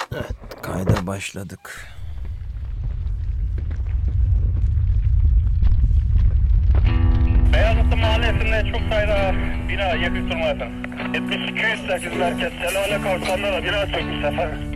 Evet, kayda başladık. Beyazıtlı Mahallesi'nde çok sayıda bina yakık durma efendim. 7208 merkez Selale Kavşağı'nda da bina çökmüş efendim.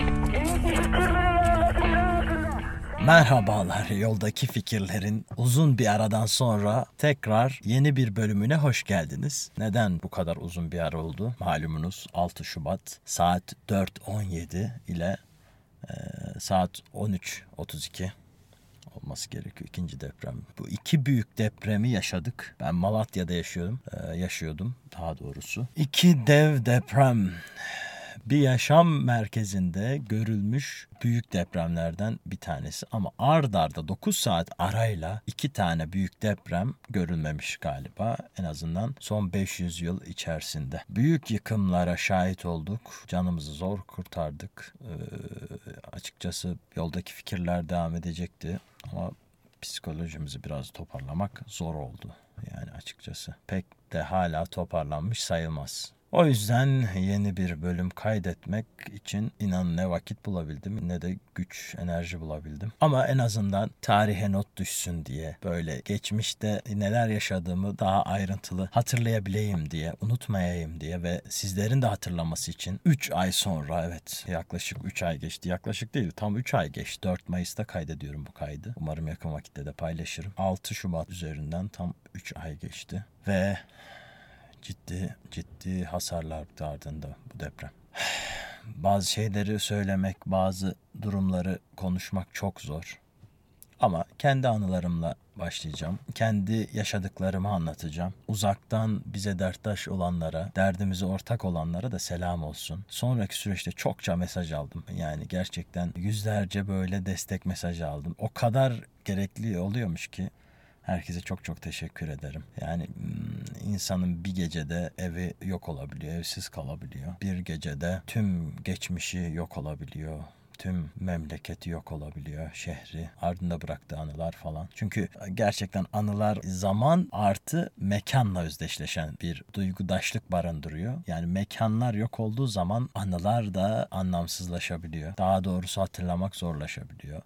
Merhabalar, yoldaki fikirlerin uzun bir aradan sonra tekrar yeni bir bölümüne hoş geldiniz. Neden bu kadar uzun bir ara oldu? Malumunuz 6 Şubat saat 4.17 ile saat 13.32 olması gerekiyor ikinci deprem. Bu iki büyük depremi yaşadık. Ben Malatya'da yaşıyordum daha doğrusu. İki dev deprem. Bir yaşam merkezinde görülmüş büyük depremlerden bir tanesi. Ama ard arda 9 saat arayla 2 tane büyük deprem görülmemiş galiba. En azından son 500 yıl içerisinde. Büyük yıkımlara şahit olduk. Canımızı zor kurtardık. Açıkçası yoldaki fikirler devam edecekti. Ama psikolojimizi biraz toparlamak zor oldu. Yani açıkçası pek de hala toparlanmış sayılmaz. O yüzden yeni bir bölüm kaydetmek için inan ne vakit bulabildim ne de güç, enerji bulabildim. Ama en azından tarihe not düşsün diye, böyle geçmişte neler yaşadığımı daha ayrıntılı hatırlayabileyim diye, unutmayayım diye ve sizlerin de hatırlaması için 3 ay sonra, evet yaklaşık 3 ay geçti. Yaklaşık değil, tam 3 ay geçti. 4 Mayıs'ta kaydediyorum bu kaydı. Umarım yakın vakitte de paylaşırım. 6 Şubat üzerinden tam 3 ay geçti ve ciddi hasarlar ardında bu deprem. Bazı şeyleri söylemek, bazı durumları konuşmak çok zor. Ama kendi anılarımla başlayacağım. Kendi yaşadıklarımı anlatacağım. Uzaktan bize derttaş olanlara, derdimize ortak olanlara da selam olsun. Sonraki süreçte çokça mesaj aldım. Yani gerçekten yüzlerce böyle destek mesajı aldım. O kadar gerekli oluyormuş ki. Herkese çok teşekkür ederim. Yani insanın bir gecede evi yok olabiliyor, evsiz kalabiliyor. Bir gecede tüm geçmişi yok olabiliyor. Tüm memleketi yok olabiliyor, şehri, ardında bıraktığı anılar falan. Çünkü gerçekten anılar zaman artı mekanla özdeşleşen bir duygudaşlık barındırıyor. Yani mekanlar yok olduğu zaman anılar da anlamsızlaşabiliyor. Daha doğrusu hatırlamak zorlaşabiliyor.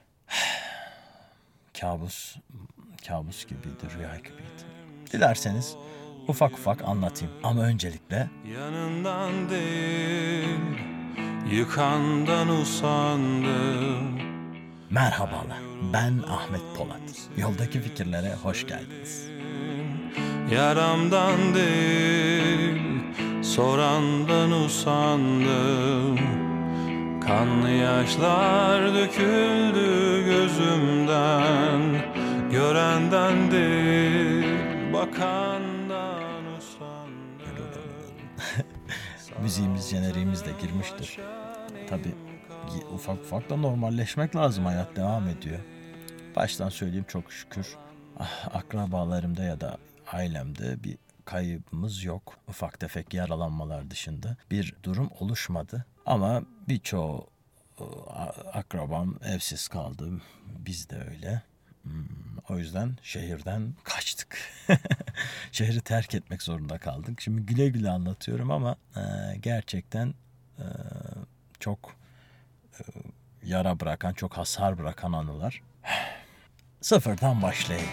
Kabus gibiydi, rüya gibiydi. Dilerseniz ufak anlatayım. Ama öncelikle yanından değil, yıkandan usandım. merhabalar. Ben Ahmet Polat. Yoldaki fikirlere hoş geldiniz. Yaramdan değil, sorandan usandım. Kanlı yaşlar döküldü gözümden. Görenden değil, bakandan usandım. Müziğimiz, jeneriğimiz de girmiştir. Tabii ufak da normalleşmek lazım. Hayat devam ediyor. Baştan söyleyeyim, çok şükür akrabalarımda ya da ailemde bir kaybımız yok. Ufak tefek yaralanmalar dışında bir durum oluşmadı. Ama birçoğu akrabam evsiz kaldı. Biz de öyle. O yüzden şehirden kaçtık. Şehri terk etmek zorunda kaldık. Şimdi güle güle anlatıyorum ama gerçekten çok yara bırakan, çok hasar bırakan anılar. Sıfırdan başlayayım.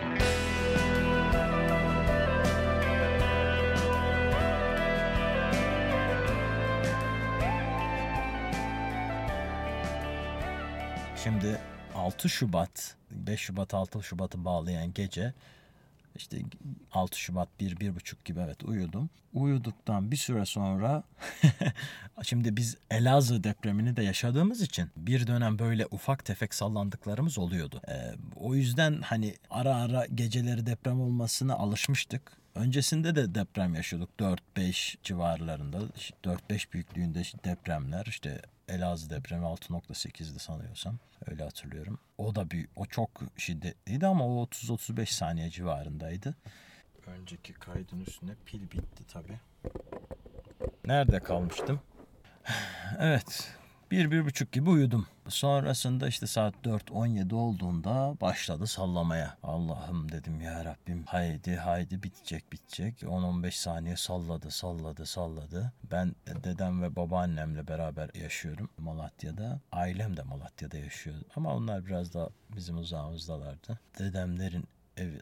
Şimdi 6 Şubat, 5 Şubat 6 Şubat'ı bağlayan gece, işte 6 Şubat 1-1.30 gibi evet uyudum. Uyuduktan bir süre sonra şimdi biz Elazığ depremini de yaşadığımız için bir dönem böyle ufak tefek sallandıklarımız oluyordu. O yüzden hani ara geceleri deprem olmasına alışmıştık. Öncesinde de deprem yaşıyorduk 4-5 civarlarında, 4-5 büyüklüğünde depremler, işte Elazığ depremi 6.8'di sanıyorsam. Öyle hatırlıyorum. O çok şiddetliydi ama o 30-35 saniye civarındaydı. Önceki kaydın üstüne pil bitti tabii. Nerede kalmıştım? Evet. 1-1.30 gibi uyudum. Sonrasında işte saat 4:17 olduğunda başladı sallamaya. Allah'ım dedim, ya Rabbim, haydi bitecek. 10-15 saniye salladı. Ben dedem ve babaannemle beraber yaşıyorum Malatya'da. Ailem de Malatya'da yaşıyor ama onlar biraz da bizim uzağımızdalardı. Dedemlerin evi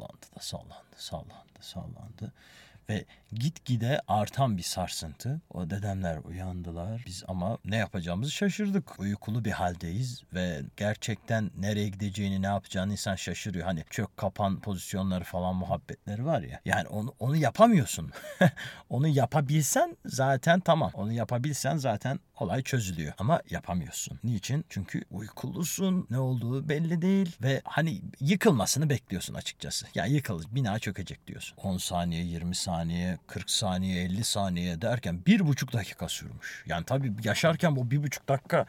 sallandı. Ve gitgide artan bir sarsıntı. O dedemler uyandılar. Biz ama ne yapacağımızı şaşırdık. Uykulu bir haldeyiz ve gerçekten nereye gideceğini, ne yapacağını insan şaşırıyor. Hani çök kapan pozisyonları falan muhabbetleri var ya. Yani onu yapamıyorsun. Onu yapabilsen zaten tamam. Onu yapabilsen zaten olay çözülüyor. Ama yapamıyorsun. Niçin? Çünkü uykulusun. Ne olduğu belli değil. Ve hani yıkılmasını bekliyorsun açıkçası. Ya bina çökecek diyorsun. 10 saniye, 20 saniye, 40 saniye, 50 saniye derken 1,5 dakika sürmüş. Yani tabii yaşarken bu 1,5 dakika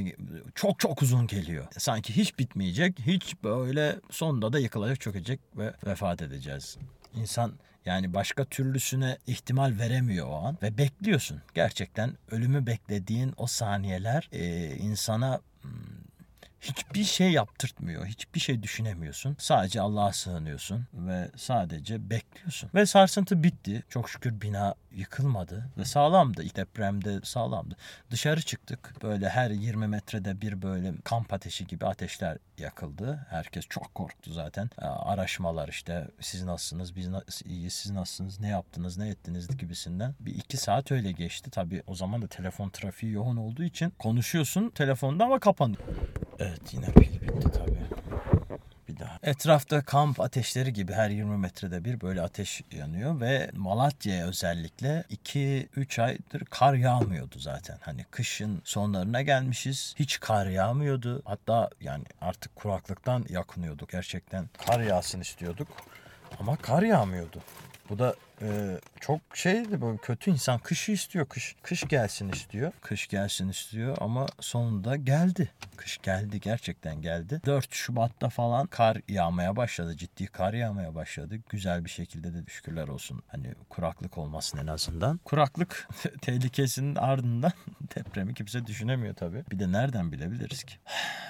çok uzun geliyor. Sanki hiç bitmeyecek, hiç böyle sonunda da yıkılacak, çökecek ve vefat edeceğiz. İnsan yani başka türlüsüne ihtimal veremiyor o an ve bekliyorsun. Gerçekten ölümü beklediğin o saniyeler insana hiçbir şey yaptırtmıyor. Hiçbir şey düşünemiyorsun. Sadece Allah'a sığınıyorsun ve sadece bekliyorsun. Ve sarsıntı bitti. Çok şükür bina yıkılmadı ve sağlamdı. İlk depremde sağlamdı. Dışarı çıktık. Böyle her 20 metrede bir böyle kamp ateşi gibi ateşler yakıldı. Herkes çok korktu zaten. Araşmalar işte, siz nasılsınız, biz iyiyiz, siz nasılsınız, ne yaptınız, ne ettiniz gibisinden. Bir 2 saat öyle geçti. Tabii o zaman da telefon trafiği yoğun olduğu için konuşuyorsun telefonda ama kapanıyor. Evet, yine pil bitti tabii. Bir daha. Etrafta kamp ateşleri gibi her 20 metrede bir böyle ateş yanıyor ve Malatya'ya özellikle 2-3 aydır kar yağmıyordu zaten. Hani kışın sonlarına gelmişiz. Hiç kar yağmıyordu. Hatta yani artık kuraklıktan yakınıyorduk. Gerçekten kar yağsın istiyorduk. Ama kar yağmıyordu. Bu da çok şeydi, böyle kötü. İnsan kışı istiyor, kış gelsin istiyor. Kış gelsin istiyor ama sonunda geldi. Kış geldi, gerçekten geldi. 4 Şubat'ta falan kar yağmaya başladı. Ciddi kar yağmaya başladı. Güzel bir şekilde de şükürler olsun. Hani kuraklık olmasın en azından. Kuraklık tehlikesinin ardından depremi kimse düşünemiyor tabii. Bir de nereden bilebiliriz ki?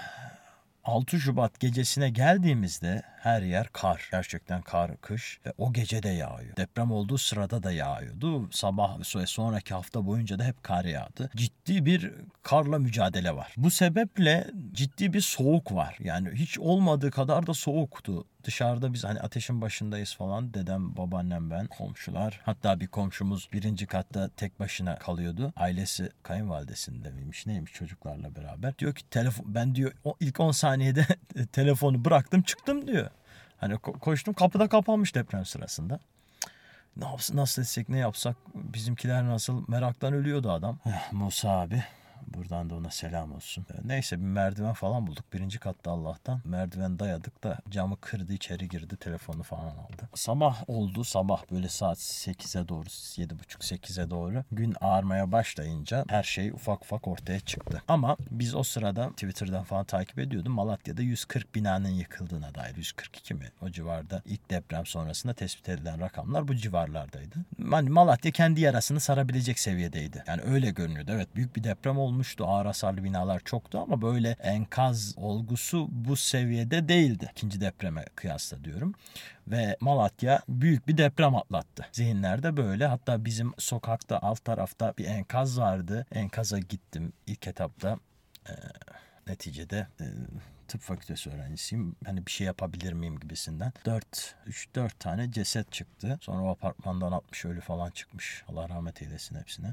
6 Şubat gecesine geldiğimizde her yer kar. Gerçekten kar, kış ve o gece de yağıyor. Deprem olduğu sırada da yağıyordu. Sabah ve sonraki hafta boyunca da hep kar yağdı. Ciddi bir karla mücadele var. Bu sebeple ciddi bir soğuk var. Yani hiç olmadığı kadar da soğuktu. Dışarıda biz hani ateşin başındayız falan. Dedem, babaannem, ben, komşular. Hatta bir komşumuz 1. katta tek başına kalıyordu. Ailesi kayınvalidesinde miymiş neymiş, çocuklarla beraber. Diyor ki ben diyor ilk 10 saniyede telefonu bıraktım çıktım diyor. Hani koştum, kapıda kapanmış deprem sırasında. Ne yapsın, nasıl etsek, ne yapsak, bizimkiler nasıl, meraktan ölüyordu adam. Musa abi. Buradan da ona selam olsun. Neyse bir merdiven falan bulduk. 1. katta Allah'tan. Merdiven dayadık da camı kırdı, içeri girdi, telefonu falan aldı. Sabah oldu. Sabah böyle saat 8'e doğru, 7.30-8'e doğru gün ağarmaya başlayınca her şey ufak ufak ortaya çıktı. Ama biz o sırada Twitter'dan falan takip ediyordum. Malatya'da 140 binanın yıkıldığına dair, 142 mi? O civarda ilk deprem sonrasında tespit edilen rakamlar bu civarlardaydı. Hani Malatya kendi yarasını sarabilecek seviyedeydi. Yani öyle görünüyordu. Evet, büyük bir deprem olmuştu. Ağır hasarlı binalar çoktu ama böyle enkaz olgusu bu seviyede değildi. İkinci depreme kıyasla diyorum. Ve Malatya büyük bir deprem atlattı. Zihinlerde böyle. Hatta bizim sokakta alt tarafta bir enkaz vardı. Enkaza gittim ilk etapta. Neticede tıp fakültesi öğrencisiyim. Hani bir şey yapabilir miyim gibisinden. 3-4 tane ceset çıktı. Sonra o apartmandan 60 ölü falan çıkmış. Allah rahmet eylesin hepsine.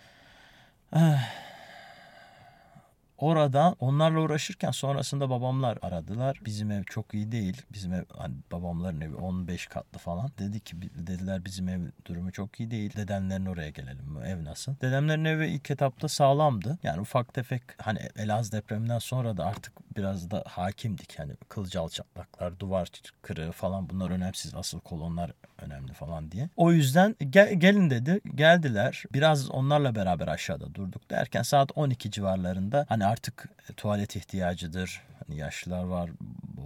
Orada onlarla uğraşırken sonrasında babamlar aradılar. Bizim ev çok iyi değil. Bizim ev, hani babamların evi 15 katlı falan. Dediler bizim ev durumu çok iyi değil. Dedemlerin oraya gelelim. Ev nasıl? Dedemlerin evi ilk etapta sağlamdı. Yani ufak tefek hani Elazığ depreminden sonra da artık biraz da hakimdik. Yani kılcal çatlaklar, duvar kırığı falan, bunlar önemsiz. Asıl kolonlar önemli falan diye. O yüzden gelin dedi. Geldiler. Biraz onlarla beraber aşağıda durduk derken saat 12 civarlarında hani artık tuvalet ihtiyacıdır. Hani yaşlılar var,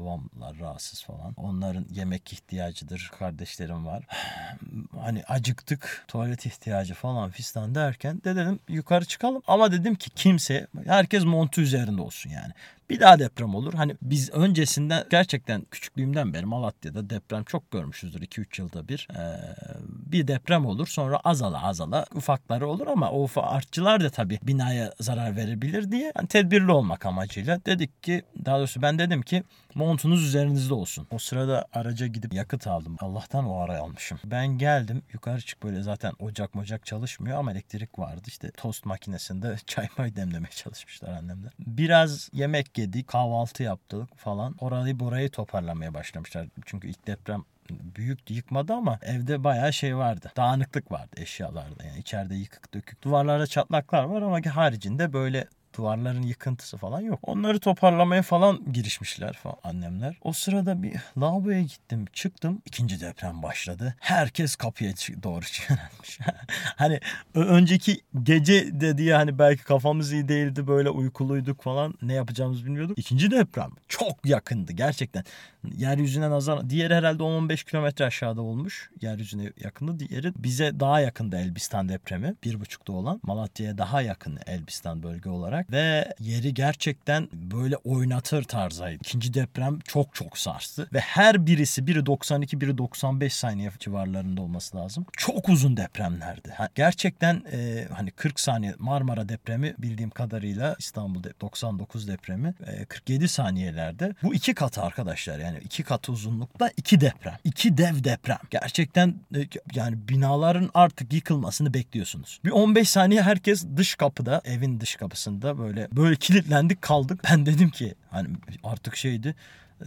babamlar rahatsız falan. Onların yemek ihtiyacıdır. Kardeşlerim var. Hani acıktık, tuvalet ihtiyacı falan fistan derken de dedim yukarı çıkalım. Ama dedim ki herkes montu üzerinde olsun yani. Bir daha deprem olur. Hani biz öncesinden gerçekten küçüklüğümden beri Malatya'da deprem çok görmüşüzdür. 2-3 yılda bir. Bir deprem olur. Sonra azala ufakları olur ama o artçılar da tabii binaya zarar verebilir diye yani tedbirli olmak amacıyla dedik ki, daha doğrusu ben dedim ki montunuz üzerinizde olsun. O sırada araca gidip yakıt aldım. Allah'tan o ara almışım. Ben geldim yukarı çık, böyle zaten ocak çalışmıyor ama elektrik vardı. İşte tost makinesinde çay demlemeye çalışmışlar annemler. Biraz yemek yedik, kahvaltı yaptık falan. Burayı toparlamaya başlamışlar. Çünkü ilk deprem büyük yıkmadı ama evde bayağı şey vardı. Dağınıklık vardı eşyalarda. Yani içeride yıkık dökük. Duvarlarda çatlaklar var ama haricinde böyle duvarların yıkıntısı falan yok. Onları toparlamaya falan girişmişler falan annemler. O sırada bir lavaboya gittim, çıktım. İkinci deprem başladı. Herkes kapıya doğru yönelmiş. Hani önceki gece de diye hani belki kafamız iyi değildi, böyle uykuluyduk falan, ne yapacağımızı bilmiyorduk. İkinci deprem çok yakındı gerçekten. Yeryüzüne nazar, diğeri herhalde 10-15 kilometre aşağıda olmuş. Yeryüzüne yakındı. Diğeri bize daha yakındı, Elbistan depremi. 1,5'da olan. Malatya'ya daha yakın Elbistan bölge olarak. Ve yeri gerçekten böyle oynatır tarzdaydı. İkinci deprem çok sarstı. Ve her birisi, biri 92, biri 95 saniye civarlarında olması lazım. Çok uzun depremlerdi. Gerçekten hani 40 saniye, Marmara depremi bildiğim kadarıyla, İstanbul 99 depremi 47 saniyelerde. Bu 2 katı arkadaşlar, yani 2 katı uzunlukta 2 deprem. 2 dev deprem. Gerçekten yani binaların artık yıkılmasını bekliyorsunuz. Bir 15 saniye herkes dış kapıda, evin dış kapısında böyle kilitlendik kaldık. Ben dedim ki hani artık şeydi,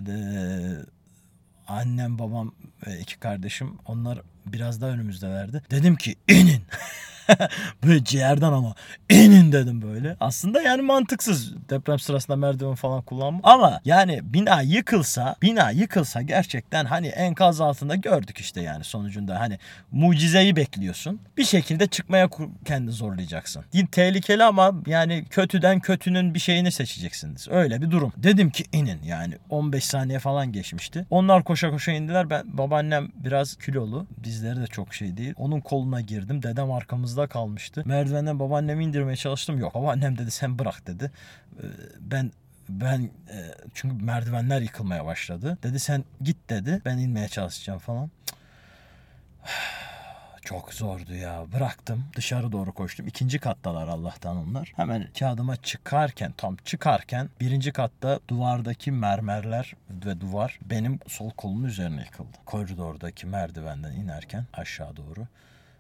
annem, babam ve 2 kardeşim, onlar biraz daha önümüzdelerdi. Dedim ki inin. Böyle ciğerden ama inin dedim böyle. Aslında yani mantıksız deprem sırasında merdiven falan kullanma. Ama yani bina yıkılsa gerçekten hani enkaz altında gördük işte, yani sonucunda hani mucizeyi bekliyorsun. Bir şekilde çıkmaya kendini zorlayacaksın. Tehlikeli ama yani kötüden kötünün bir şeyini seçeceksiniz. Öyle bir durum. Dedim ki inin, yani 15 saniye falan geçmişti. Onlar koşa koşa indiler. Babaannem biraz kilolu. Dizleri de çok şey değil. Onun koluna girdim. Dedem arkamızda kalmıştı. Merdivenden babaannemi indirmeye çalıştım. Yok. Babaannem dedi sen bırak dedi. Ben çünkü merdivenler yıkılmaya başladı. Dedi sen git dedi. Ben inmeye çalışacağım falan. Çok zordu ya. Bıraktım. Dışarı doğru koştum. 2. kattalar Allah'tan onlar. Hemen kağıdıma tam çıkarken 1. katta duvardaki mermerler ve duvar benim sol kolumun üzerine yıkıldı. Koridordaki merdivenden inerken aşağı doğru.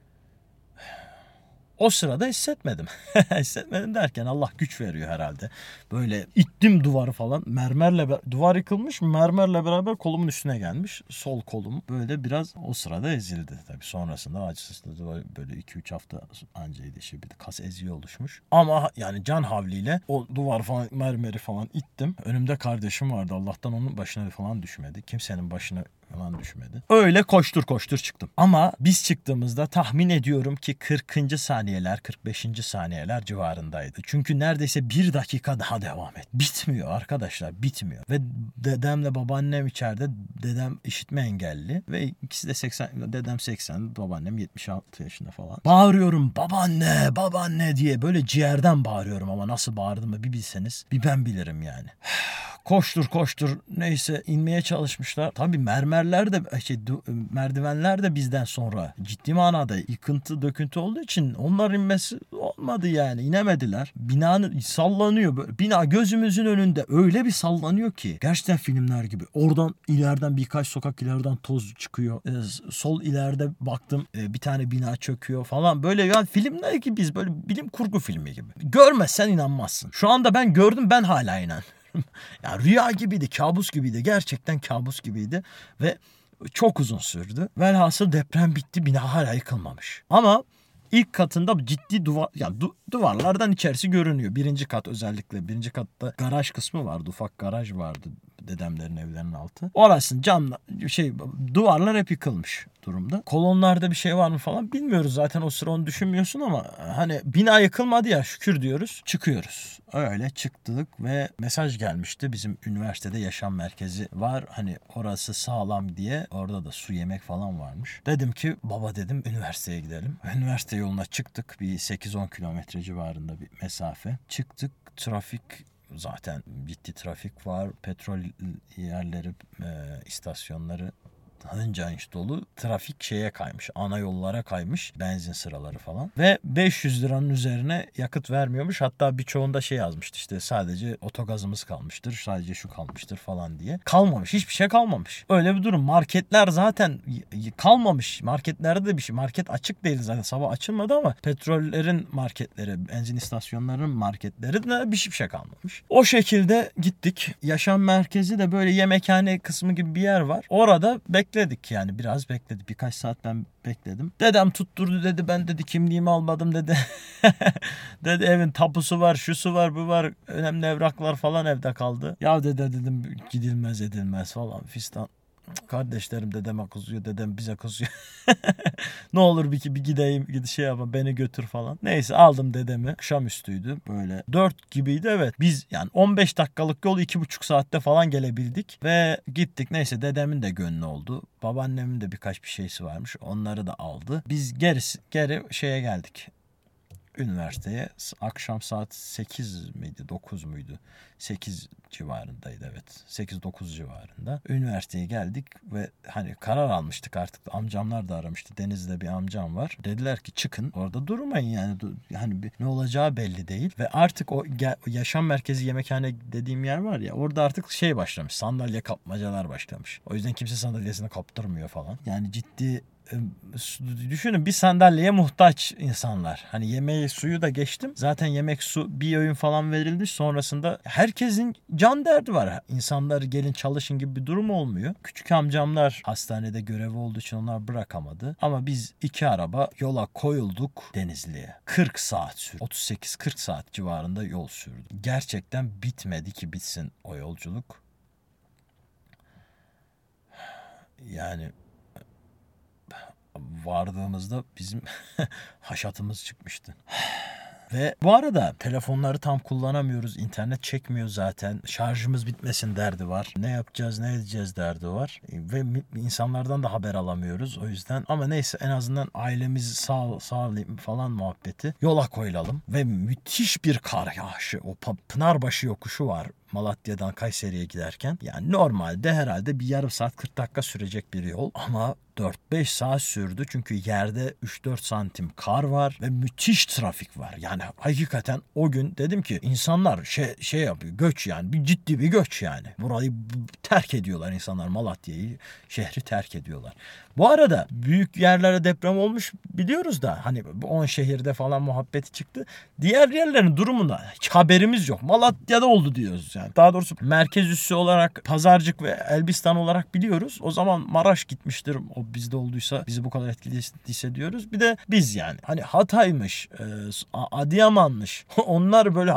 O sırada hissetmedim. Hissetmedim derken Allah güç veriyor herhalde. Böyle ittim duvarı falan. Duvar yıkılmış, mermerle beraber kolumun üstüne gelmiş. Sol kolum böyle biraz o sırada ezildi. Tabii sonrasında acısız böyle 2-3 hafta ancaydı işte, bir de kas eziği oluşmuş. Ama yani can havliyle o duvar falan, mermeri falan ittim. Önümde kardeşim vardı. Allah'tan onun başına falan düşmedi. Kimsenin başına falan düşmedi. Öyle koştur çıktım. Ama biz çıktığımızda tahmin ediyorum ki 40. saniyeler, 45. saniyeler civarındaydı. Çünkü neredeyse 1 dakika daha devam et. Bitmiyor arkadaşlar, bitmiyor. Ve dedemle babaannem içeride. Dedem işitme engelli ve ikisi de 80, dedem 80, babaannem 76 yaşında falan. Bağırıyorum babaanne diye, böyle ciğerden bağırıyorum ama nasıl bağırdığımı bir bilseniz, bir ben bilirim yani. Koştur neyse inmeye çalışmışlar. Tabii merdivenler de bizden sonra ciddi manada yıkıntı döküntü olduğu için onlar inmesi olmadı, yani inemediler. Binanın sallanıyor böyle. Bina gözümüzün önünde öyle bir sallanıyor ki gerçekten filmler gibi. Oradan ileriden, birkaç sokak ileriden toz çıkıyor. Sol ileride baktım bir tane bina çöküyor falan. Böyle yani filmler gibi, biz böyle bilim kurgu filmi gibi. Görmezsen inanmazsın. Şu anda ben gördüm, ben hala inan. Yani rüya gibiydi, kabus gibiydi. Gerçekten kabus gibiydi ve çok uzun sürdü. Velhasıl deprem bitti, bina hala yıkılmamış. Ama ilk katında ciddi duvarlardan içerisi görünüyor. 1. kat özellikle. 1. katta garaj kısmı vardı, ufak garaj vardı. dedemlerin evlerinin altı. Orasının duvarlar hep yıkılmış durumda. Kolonlarda bir şey var mı falan bilmiyoruz. Zaten o sıra onu düşünmüyorsun ama hani bina yıkılmadı ya şükür diyoruz. Çıkıyoruz. Öyle çıktık ve mesaj gelmişti. Bizim üniversitede yaşam merkezi var. Hani orası sağlam diye. Orada da su yemek falan varmış. Dedim ki baba dedim üniversiteye gidelim. Üniversite yoluna çıktık. Bir 8-10 kilometre civarında bir mesafe. Çıktık. Trafik zaten ciddi trafik var. Petrol yerleri, istasyonları hınca hınç dolu. Trafik şeye kaymış. Ana yollara kaymış. Benzin sıraları falan. Ve 500 liranın üzerine yakıt vermiyormuş. Hatta birçoğunda şey yazmıştı işte sadece otogazımız kalmıştır. Sadece şu kalmıştır falan diye. Kalmamış. Hiçbir şey kalmamış. Öyle bir durum. Marketler zaten kalmamış. Marketlerde de bir şey. Market açık değil zaten. Sabah açılmadı ama petrollerin marketleri, benzin istasyonlarının marketleri de bir şey kalmamış. O şekilde gittik. Yaşam merkezi de böyle yemekhane kısmı gibi bir yer var. Orada bekledik yani biraz bekledik. Birkaç saat ben bekledim. Dedem tutturdu dedi ben dedi kimliğimi almadım dedi. Dedi evin tapusu var, şusu var, bu var. Önemli evraklar falan evde kaldı. Ya dedim gidilmez edilmez falan fistan. Kardeşlerim dedeme kızıyor, dedem bize kızıyor. Ne olur bir gideyim, şey yapın beni götür falan. Neyse aldım dedemi. Akşamüstüydü böyle 4 gibiydi evet. Biz yani 15 dakikalık yol 2,5 saatte falan gelebildik ve gittik. Neyse dedemin de gönlü oldu. Babaannemin de birkaç bir şeysi varmış. Onları da aldı. Biz geri şeye geldik. Üniversiteye akşam saat 8 miydi 9 muydu 8 civarındaydı evet 8-9 civarında üniversiteye geldik ve hani karar almıştık artık amcamlar da aramıştı Deniz'de bir amcam var dediler ki çıkın orada durmayın yani hani ne olacağı belli değil ve artık o yaşam merkezi yemekhane dediğim yer var ya orada artık şey başlamış sandalye kapmacalar başlamış o yüzden kimse sandalyesini kaptırmıyor falan yani ciddi. Düşünün bir sandalyeye muhtaç insanlar. Hani yemeği suyu da geçtim. Zaten yemek su bir öğün falan verildi. Sonrasında herkesin can derdi var. İnsanlar gelin çalışın gibi bir durum olmuyor. Küçük amcamlar hastanede görevi olduğu için onlar bırakamadı. Ama biz 2 araba yola koyulduk Denizli'ye. 40 saat sürdü. 38-40 saat civarında yol sürdü. Gerçekten bitmedi ki bitsin o yolculuk. Yani vardığımızda bizim haşatımız çıkmıştı. Ve bu arada telefonları tam kullanamıyoruz. İnternet çekmiyor zaten. Şarjımız bitmesin derdi var. Ne yapacağız, ne edeceğiz derdi var. Ve insanlardan da haber alamıyoruz o yüzden. Ama neyse en azından ailemizi sağlayayım falan muhabbeti. Yola koyulalım. Ve müthiş bir kar yağışı. O Pınarbaşı yokuşu var. Malatya'dan Kayseri'ye giderken. Yani normalde herhalde bir yarım saat 40 dakika sürecek bir yol. Ama 4-5 saat sürdü. Çünkü yerde 3-4 santim kar var ve müthiş trafik var. Yani hakikaten o gün dedim ki insanlar şey yapıyor. Göç yani. Ciddi bir göç yani. Burayı terk ediyorlar insanlar. Malatya'yı, şehri terk ediyorlar. Bu arada büyük yerlere deprem olmuş biliyoruz da hani 10 şehirde falan muhabbeti çıktı. Diğer yerlerin durumunda hiç haberimiz yok. Malatya'da oldu diyoruz yani. Daha doğrusu merkez üssü olarak Pazarcık ve Elbistan olarak biliyoruz. O zaman Maraş gitmiştir. O bizde olduysa bizi bu kadar etkiliyse diyoruz. Bir de biz yani hani Hatay'mış, Adıyaman'mış. Onlar böyle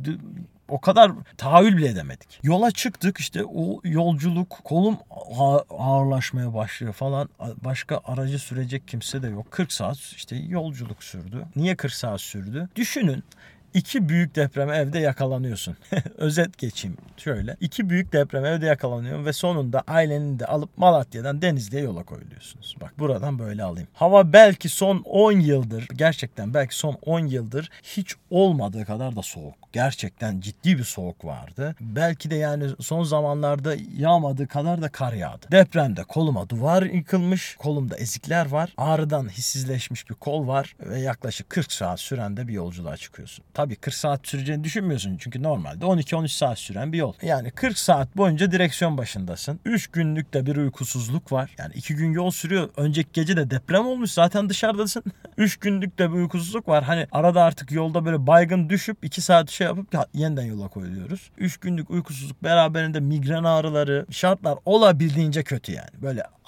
o kadar tahayyül bile edemedik. Yola çıktık işte o yolculuk kolum ağırlaşmaya başlıyor falan. Başka aracı sürecek kimse de yok. 40 saat işte yolculuk sürdü. Niye 40 saat sürdü? Düşünün. 2 büyük depreme evde yakalanıyorsun. Özet geçeyim şöyle. 2 büyük depreme evde yakalanıyorsun ve sonunda aileni de alıp Malatya'dan Denizli'ye yola koyuluyorsunuz. Bak buradan böyle alayım. Hava belki son 10 yıldır gerçekten belki son 10 yıldır hiç olmadığı kadar da soğuk. Gerçekten ciddi bir soğuk vardı. Belki de yani son zamanlarda yağmadığı kadar da kar yağdı. Depremde koluma duvar yıkılmış. Kolumda ezikler var. Ağrıdan hissizleşmiş bir kol var ve yaklaşık 40 saat süren de bir yolculuğa çıkıyorsun. Tabii 40 saat süreceğini düşünmüyorsun. Çünkü normalde 12-13 saat süren bir yol. Yani 40 saat boyunca direksiyon başındasın. 3 günlük de bir uykusuzluk var. Yani 2 gün yol sürüyor. Önceki gece de deprem olmuş. Zaten dışarıdasın. 3 günlük de bir uykusuzluk var. Hani arada artık yolda böyle baygın düşüp 2 saat şey yapıp yeniden yola koyuluyoruz. 3 günlük uykusuzluk beraberinde migren ağrıları, şartlar olabildiğince kötü yani. Böyle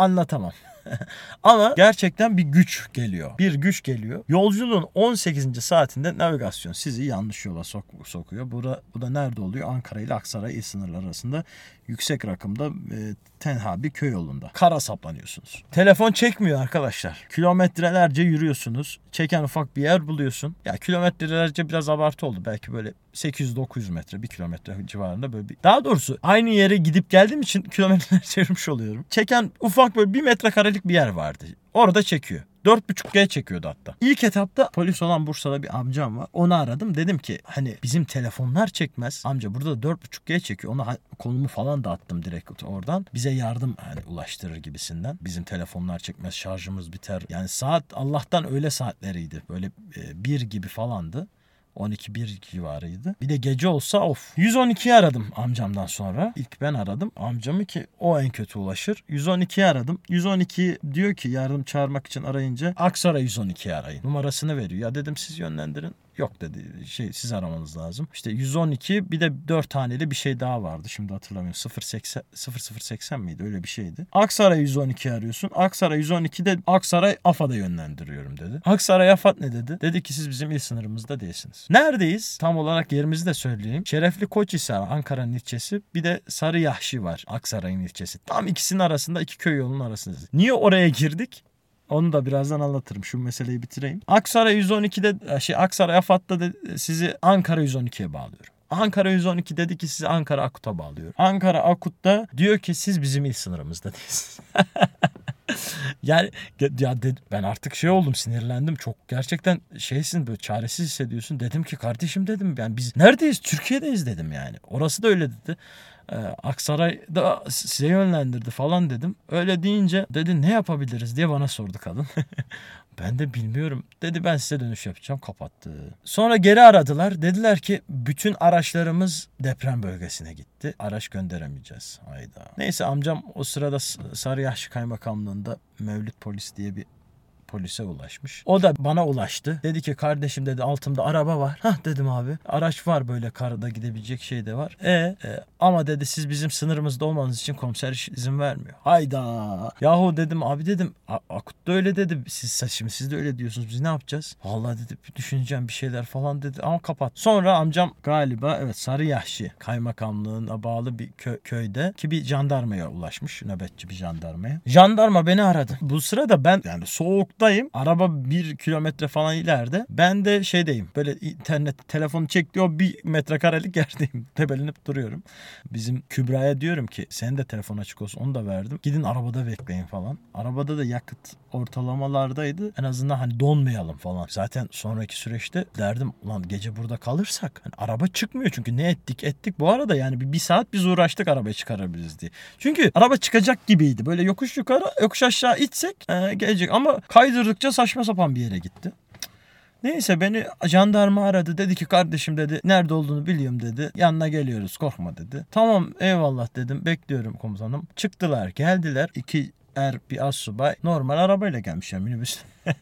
anlatamam. Ama gerçekten bir güç geliyor. Bir güç geliyor. Yolculuğun 18. saatinde navigasyon sizi yanlış yola sokuyor. Bu da nerede oluyor? Ankara ile Aksaray il sınırları arasında yüksek rakımda tenha bir köy yolunda. Kara saplanıyorsunuz. Telefon çekmiyor arkadaşlar. Kilometrelerce yürüyorsunuz. Çeken ufak bir yer buluyorsun. Ya kilometrelerce biraz abartı oldu. Belki böyle 800-900 metre, 1 kilometre civarında böyle bir. Daha doğrusu aynı yere gidip geldiğim için kilometrelerce yürümüş oluyorum. Çeken ufak böyle 1 metrekarelik bir yer vardı. Orada çekiyor. 4,5G çekiyordu hatta. İlk etapta polis olan Bursa'da bir amcam var. Onu aradım. Dedim ki hani bizim telefonlar çekmez. Amca burada da 4,5G çekiyor. Ona konumu falan da attım direkt oradan. Bize yardım hani ulaştırır gibisinden. Bizim telefonlar çekmez. Şarjımız biter. Yani saat Allah'tan öğle saatleriydi. Böyle 1 gibi falandı. 12-1 civarıydı. Bir de gece olsa of. 112'yi aradım amcamdan sonra. İlk ben aradım. Amcamı ki o en kötü ulaşır. 112'yi aradım. 112 diyor ki yardım çağırmak için arayınca Aksaray 112'yi arayın. Numarasını veriyor. Ya dedim siz yönlendirin. Yok dedi. Siz aramanız lazım. İşte 112 bir de 4 haneli bir şey daha vardı. Şimdi hatırlamıyorum. 0080 miydi? Öyle bir şeydi. Aksaray 112 arıyorsun. Aksaray 112'de Aksaray AFAD'a yönlendiriyorum dedi. Aksaray AFAD ne dedi? Dedi ki siz bizim il sınırımızda değilsiniz. Neredeyiz? Tam olarak yerimizi de söyleyeyim. Şerefli Koçhisar Ankara'nın ilçesi. Bir de Sarıyahşi var Aksaray'ın ilçesi. Tam ikisinin arasında, iki köy yolunun arasındayız. Niye oraya girdik? Onu da birazdan anlatırım. Şu meseleyi bitireyim. Aksaray 112'de Aksaray AFAD'da sizi Ankara 112'ye bağlıyorum. Ankara 112 dedi ki sizi Ankara Akut'a bağlıyorum. Ankara Akut'ta diyor ki siz bizim il sınırımızda değilsiniz. Yani ya ben artık oldum, sinirlendim. Çok gerçekten böyle çaresiz hissediyorsun. Dedim ki kardeşim dedim yani biz neredeyiz? Türkiye'deyiz dedim yani. Orası da öyle dedi. Aksaray'da size yönlendirdi falan dedim. Öyle deyince dedi ne yapabiliriz diye bana sordu kadın. Ben de bilmiyorum. Dedi ben size dönüş yapacağım. Kapattı. Sonra geri aradılar. Dediler ki bütün araçlarımız deprem bölgesine gitti. Araç gönderemeyeceğiz. Hayda. Neyse amcam o sırada Sarıyahşi Kaymakamlığı'nda Mevlüt Polis diye bir polise ulaşmış. O da bana ulaştı. Dedi ki kardeşim dedi altımda araba var. Hah dedim abi. Araç var böyle karada gidebilecek şey de var. Ama dedi siz bizim sınırımızda olmanız için komiser izin vermiyor. Hayda. Yahu dedim abi dedim. Akut'ta öyle dedi. Siz de öyle diyorsunuz. Biz ne yapacağız? Vallahi dedi düşüneceğim bir şeyler falan dedi. Ama kapat. Sonra amcam galiba Sarıyahşi Kaymakamlığı'na bağlı bir köyde ki bir jandarmaya ulaşmış. Nöbetçi bir jandarmaya. Jandarma beni aradı. Bu sırada ben yani soğuk araba 1 kilometre falan ileride. Ben de böyle internet telefonu çekti o 1 metrekarelik yerdeyim. Tebelinip duruyorum. Bizim Kübra'ya diyorum ki senin de telefon açık olsun. Onu da verdim. Gidin arabada bekleyin falan. Arabada da yakıt ortalamalardaydı. En azından hani donmayalım falan. Zaten sonraki süreçte derdim ulan gece burada kalırsak hani araba çıkmıyor çünkü ne ettik. Bu arada yani bir saat biz uğraştık arabayı çıkarabiliriz diye. Çünkü araba çıkacak gibiydi. Böyle yokuş yukarı yokuş aşağı itsek gelecek ama kaydırdıkça saçma sapan bir yere gitti. Neyse beni jandarma aradı. Dedi ki kardeşim dedi nerede olduğunu biliyorum dedi. Yanına geliyoruz korkma dedi. Tamam eyvallah dedim. Bekliyorum komutanım. Çıktılar geldiler. 2 bir astsubay normal arabayla gelmişler minibüs.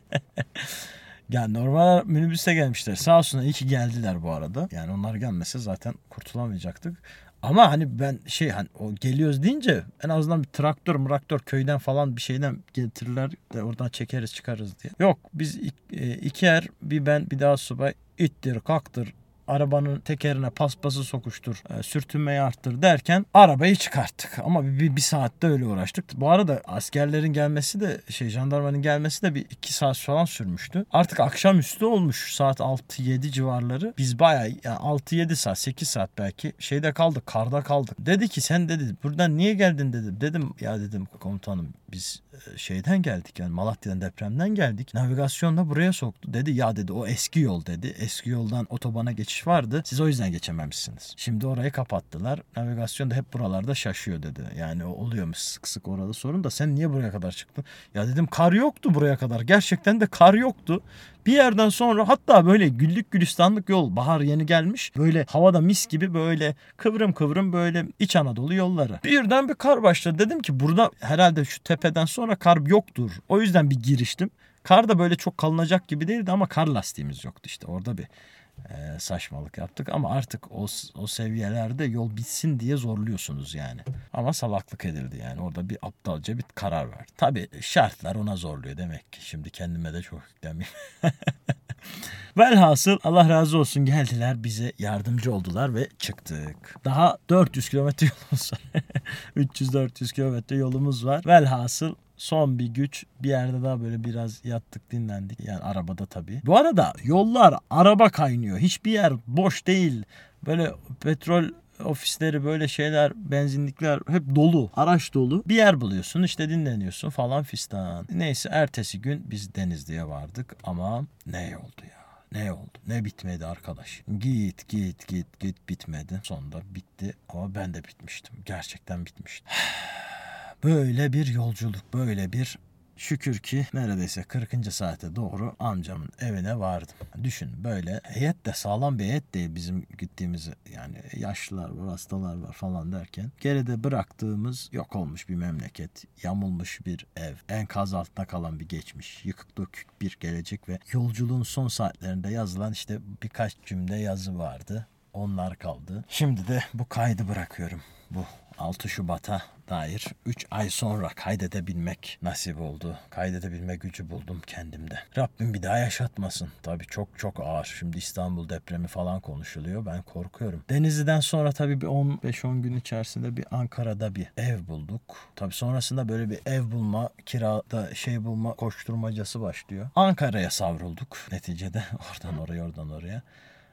Yani normal minibüste gelmişler. Sağ olsun iyi ki geldiler bu arada. Yani onlar gelmese zaten kurtulamayacaktık. Ama hani ben hani o geliyoruz deyince en azından bir traktör köyden falan bir şeyden getirirler de oradan çekeriz çıkarız diye. Yok biz 2 bir ben bir daha subay ittir kalktır arabanın tekerine paspası sokuştur sürtünmeyi arttır derken arabayı çıkarttık. Ama bir saatte öyle uğraştık. Bu arada askerlerin gelmesi de jandarmanın gelmesi de bir 2 saat falan sürmüştü. Artık akşamüstü olmuş saat 6-7 civarları. Biz bayağı yani 6-7 saat 8 saat belki kaldık karda kaldık. Dedi ki sen dedi buradan niye geldin dedim. Dedim ya dedim komutanım biz geldik yani Malatya'dan depremden geldik. Navigasyonla buraya soktu. Dedi ya dedi o eski yol dedi. Eski yoldan otobana geçiş vardı. Siz o yüzden geçememişsiniz. Şimdi orayı kapattılar. Navigasyon da hep buralarda şaşıyor dedi. Yani oluyormuş sık sık orada sorun da sen niye buraya kadar çıktın? Ya dedim kar yoktu buraya kadar. Gerçekten de kar yoktu. Bir yerden sonra hatta böyle güllük gülistanlık yol. Bahar yeni gelmiş. Böyle havada mis gibi böyle kıvrım böyle İç Anadolu yolları. Birden bir kar başladı. Dedim ki burada herhalde şu tepeden sonra kar yoktur. O yüzden bir giriştim. Kar da böyle çok kalınacak gibi değildi ama kar lastiğimiz yoktu işte. Orada bir saçmalık yaptık ama artık o seviyelerde yol bitsin diye zorluyorsunuz yani. Ama salaklık edildi yani. Orada bir aptalca bir karar verdi. Tabii şartlar ona zorluyor demek ki. Şimdi kendime de çok yüklenmeyeyim. Velhasıl Allah razı olsun, geldiler bize yardımcı oldular ve çıktık. Daha 400 kilometre yolumuz var. 300-400 kilometre yolumuz var. Velhasıl son bir güç, bir yerde daha böyle biraz yattık, dinlendik. Yani arabada tabii. Bu arada yollar araba kaynıyor. Hiçbir yer boş değil. Böyle petrol ofisleri, böyle şeyler, benzinlikler hep dolu. Araç dolu. Bir yer buluyorsun, işte dinleniyorsun falan fistan. Neyse ertesi gün biz Denizli'ye vardık ama ne oldu ya? Ne oldu? Ne bitmedi arkadaş? Git bitmedi. Sonunda bitti ama ben de bitmiştim. Gerçekten bitmiştim. Böyle bir yolculuk, böyle bir, şükür ki neredeyse 40. saate doğru amcamın evine vardım. Düşün, böyle heyet de sağlam bir heyet değil bizim gittiğimiz, yani yaşlılar var, hastalar var falan derken geride bıraktığımız yok olmuş bir memleket, yamulmuş bir ev, enkaz altında kalan bir geçmiş, yıkık dökük bir gelecek ve yolculuğun son saatlerinde yazılan işte birkaç cümle yazı vardı. Onlar kaldı. Şimdi de bu kaydı bırakıyorum. Bu 6 Şubat'a dair 3 ay sonra kaydedebilmek nasip oldu. Kaydedebilme gücü buldum kendimde. Rabbim bir daha yaşatmasın. Tabii çok ağır. Şimdi İstanbul depremi falan konuşuluyor. Ben korkuyorum. Denizli'den sonra tabii bir 15-10 gün içerisinde bir Ankara'da bir ev bulduk. Tabii sonrasında böyle bir ev bulma, kirada bulma koşturmacası başlıyor. Ankara'ya savrulduk neticede. Oradan oraya.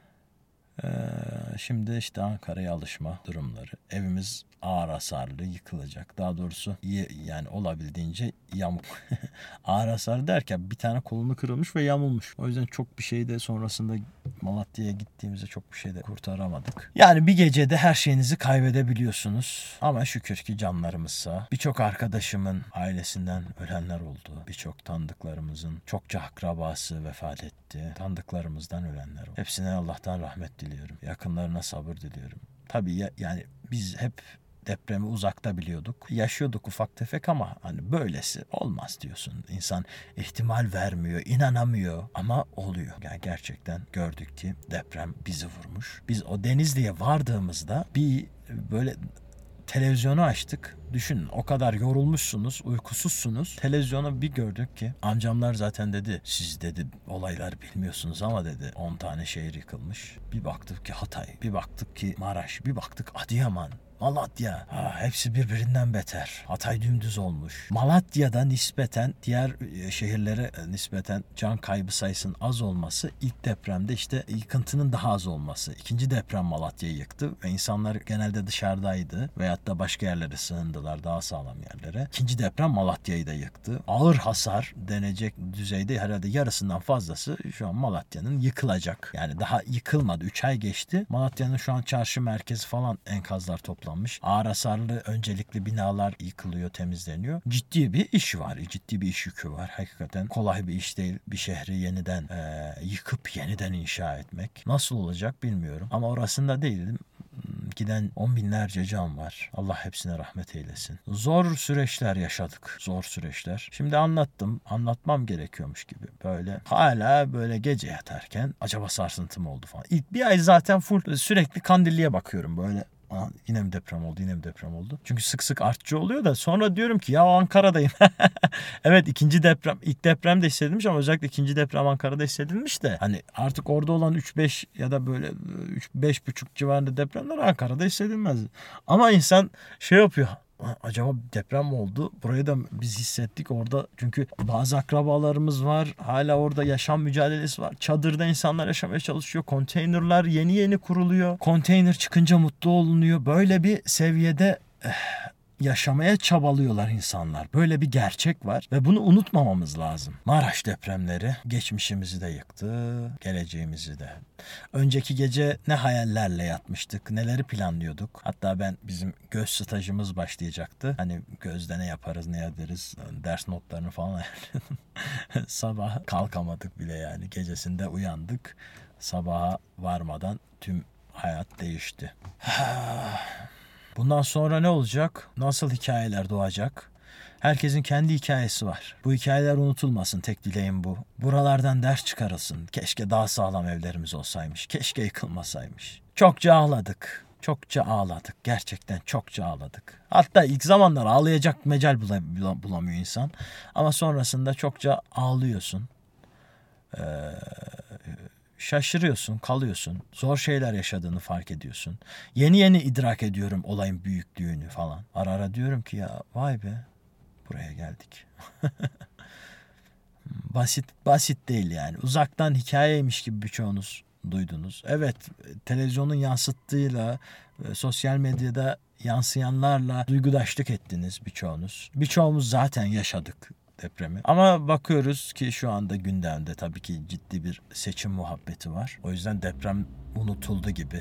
Şimdi işte Ankara'ya alışma durumları. Evimiz ağır hasarlı, yıkılacak. Daha doğrusu yani olabildiğince yamuk. Ağır hasarlı derken bir tane kolunu kırılmış ve yamulmuş. O yüzden çok bir şey de sonrasında Malatya'ya gittiğimizde çok bir şey de kurtaramadık. Yani bir gecede her şeyinizi kaybedebiliyorsunuz. Ama şükür ki canlarımız sağ. Birçok arkadaşımın ailesinden ölenler oldu. Birçok tanıdıklarımızın çokça akrabası vefat etti. Tanıdıklarımızdan ölenler oldu. Hepsine Allah'tan rahmet diliyorum. Yakınlarına sabır diliyorum. Tabii yani biz hep depremi uzakta biliyorduk. Yaşıyorduk ufak tefek ama hani böylesi olmaz diyorsun. İnsan ihtimal vermiyor, inanamıyor ama oluyor. Yani gerçekten gördük ki deprem bizi vurmuş. Biz o Denizli'ye vardığımızda bir böyle televizyonu açtık. Düşünün, o kadar yorulmuşsunuz, uykusuzsunuz. Televizyonu bir gördük ki amcamlar zaten dedi, siz dedi olaylar bilmiyorsunuz ama dedi 10 tane şehir yıkılmış. Bir baktık ki Hatay, bir baktık ki Maraş, bir baktık Adıyaman, Malatya. Hepsi birbirinden beter. Hatay dümdüz olmuş. Malatya'da nispeten diğer şehirlere nispeten can kaybı sayısının az olması, ilk depremde işte yıkıntının daha az olması. İkinci deprem Malatya'yı yıktı ve insanlar genelde dışarıdaydı veyahut da başka yerlere sığındılar, daha sağlam yerlere. İkinci deprem Malatya'yı da yıktı. Ağır hasar denecek düzeyde herhalde yarısından fazlası şu an Malatya'nın yıkılacak. Yani daha yıkılmadı. 3 ay geçti. Malatya'nın şu an çarşı merkezi falan enkazlar toplanmış. Ağır hasarlı öncelikli binalar yıkılıyor, temizleniyor. Ciddi bir iş var. Ciddi bir iş yükü var. Hakikaten kolay bir iş değil. Bir şehri yeniden yıkıp yeniden inşa etmek. Nasıl olacak bilmiyorum. Ama orasında değilim. Giden 10 binlerce can var. Allah hepsine rahmet eylesin. Zor süreçler yaşadık. Zor süreçler. Şimdi anlatmam gerekiyormuş gibi. Böyle hala böyle gece yatarken acaba sarsıntı mı oldu falan. İlk bir ay zaten full sürekli Kandilli'ye bakıyorum böyle. Yine mi deprem oldu? Çünkü sık sık artçı oluyor da sonra diyorum ki ya Ankara'dayım. Evet, ilk deprem de hissedilmiş ama özellikle ikinci deprem Ankara'da hissedilmiş de hani artık orada olan 3-5 ya da böyle 3-5,5 civarında depremler Ankara'da hissedilmez. Ama insan yapıyor. Acaba deprem mi oldu? Burayı da biz hissettik orada. Çünkü bazı akrabalarımız var. Hala orada yaşam mücadelesi var. Çadırda insanlar yaşamaya çalışıyor. Konteynerler yeni kuruluyor. Konteyner çıkınca mutlu olunuyor. Böyle bir seviyede yaşamaya çabalıyorlar insanlar. Böyle bir gerçek var ve bunu unutmamamız lazım. Maraş depremleri geçmişimizi de yıktı, geleceğimizi de. Önceki gece ne hayallerle yatmıştık, neleri planlıyorduk. Hatta bizim göz stajımız başlayacaktı. Hani gözde ne yaparız, ne ederiz, ders notlarını falan ayarladım. Sabah kalkamadık bile yani. Gecesinde uyandık. Sabaha varmadan tüm hayat değişti. Bundan sonra ne olacak? Nasıl hikayeler doğacak? Herkesin kendi hikayesi var. Bu hikayeler unutulmasın, tek dileğim bu. Buralardan ders çıkarılsın. Keşke daha sağlam evlerimiz olsaymış. Keşke yıkılmasaymış. Çokça ağladık. Çokça ağladık. Gerçekten çokça ağladık. Hatta ilk zamanlar ağlayacak mecal bulamıyor insan. Ama sonrasında çokça ağlıyorsun. Şaşırıyorsun, kalıyorsun. Zor şeyler yaşadığını fark ediyorsun. Yeni yeni idrak ediyorum olayın büyüklüğünü falan. Ara ara diyorum ki ya vay be, buraya geldik. Basit değil yani. Uzaktan hikayeymiş gibi birçoğunuz duydunuz. Evet, televizyonun yansıttığıyla, sosyal medyada yansıyanlarla duygudaşlık ettiniz birçoğunuz. Birçoğumuz zaten yaşadık depremi. Ama bakıyoruz ki şu anda gündemde tabii ki ciddi bir seçim muhabbeti var. O yüzden deprem unutuldu gibi.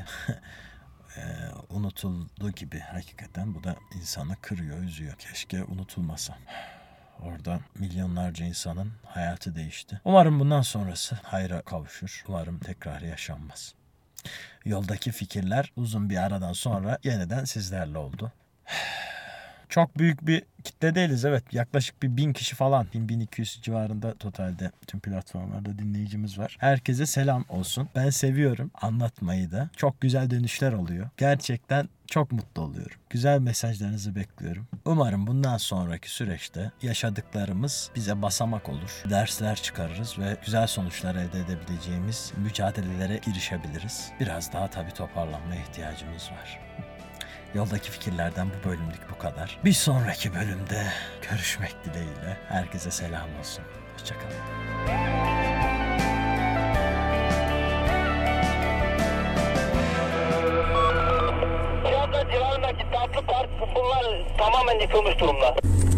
Unutuldu gibi hakikaten. Bu da insanı kırıyor, üzüyor. Keşke unutulmasa. Orada milyonlarca insanın hayatı değişti. Umarım bundan sonrası hayra kavuşur. Umarım tekrar yaşanmaz. Yoldaki fikirler uzun bir aradan sonra yeniden sizlerle oldu. Çok büyük bir kitle değiliz, evet. Yaklaşık bir 1000 kişi falan. 1000-1200 civarında totalde tüm platformlarda dinleyicimiz var. Herkese selam olsun. Ben seviyorum anlatmayı da. Çok güzel dönüşler oluyor. Gerçekten çok mutlu oluyorum. Güzel mesajlarınızı bekliyorum. Umarım bundan sonraki süreçte yaşadıklarımız bize basamak olur. Dersler çıkarırız ve güzel sonuçlar elde edebileceğimiz mücadelelere girişebiliriz. Biraz daha tabii toparlanmaya ihtiyacımız var. Yoldaki fikirlerden bu bölümlük bu kadar. Bir sonraki bölümde görüşmek dileğiyle. Herkese selam olsun. Hoşçakalın. Şu anda civarındaki tatlı park bunlar tamamen yıkılmış durumda.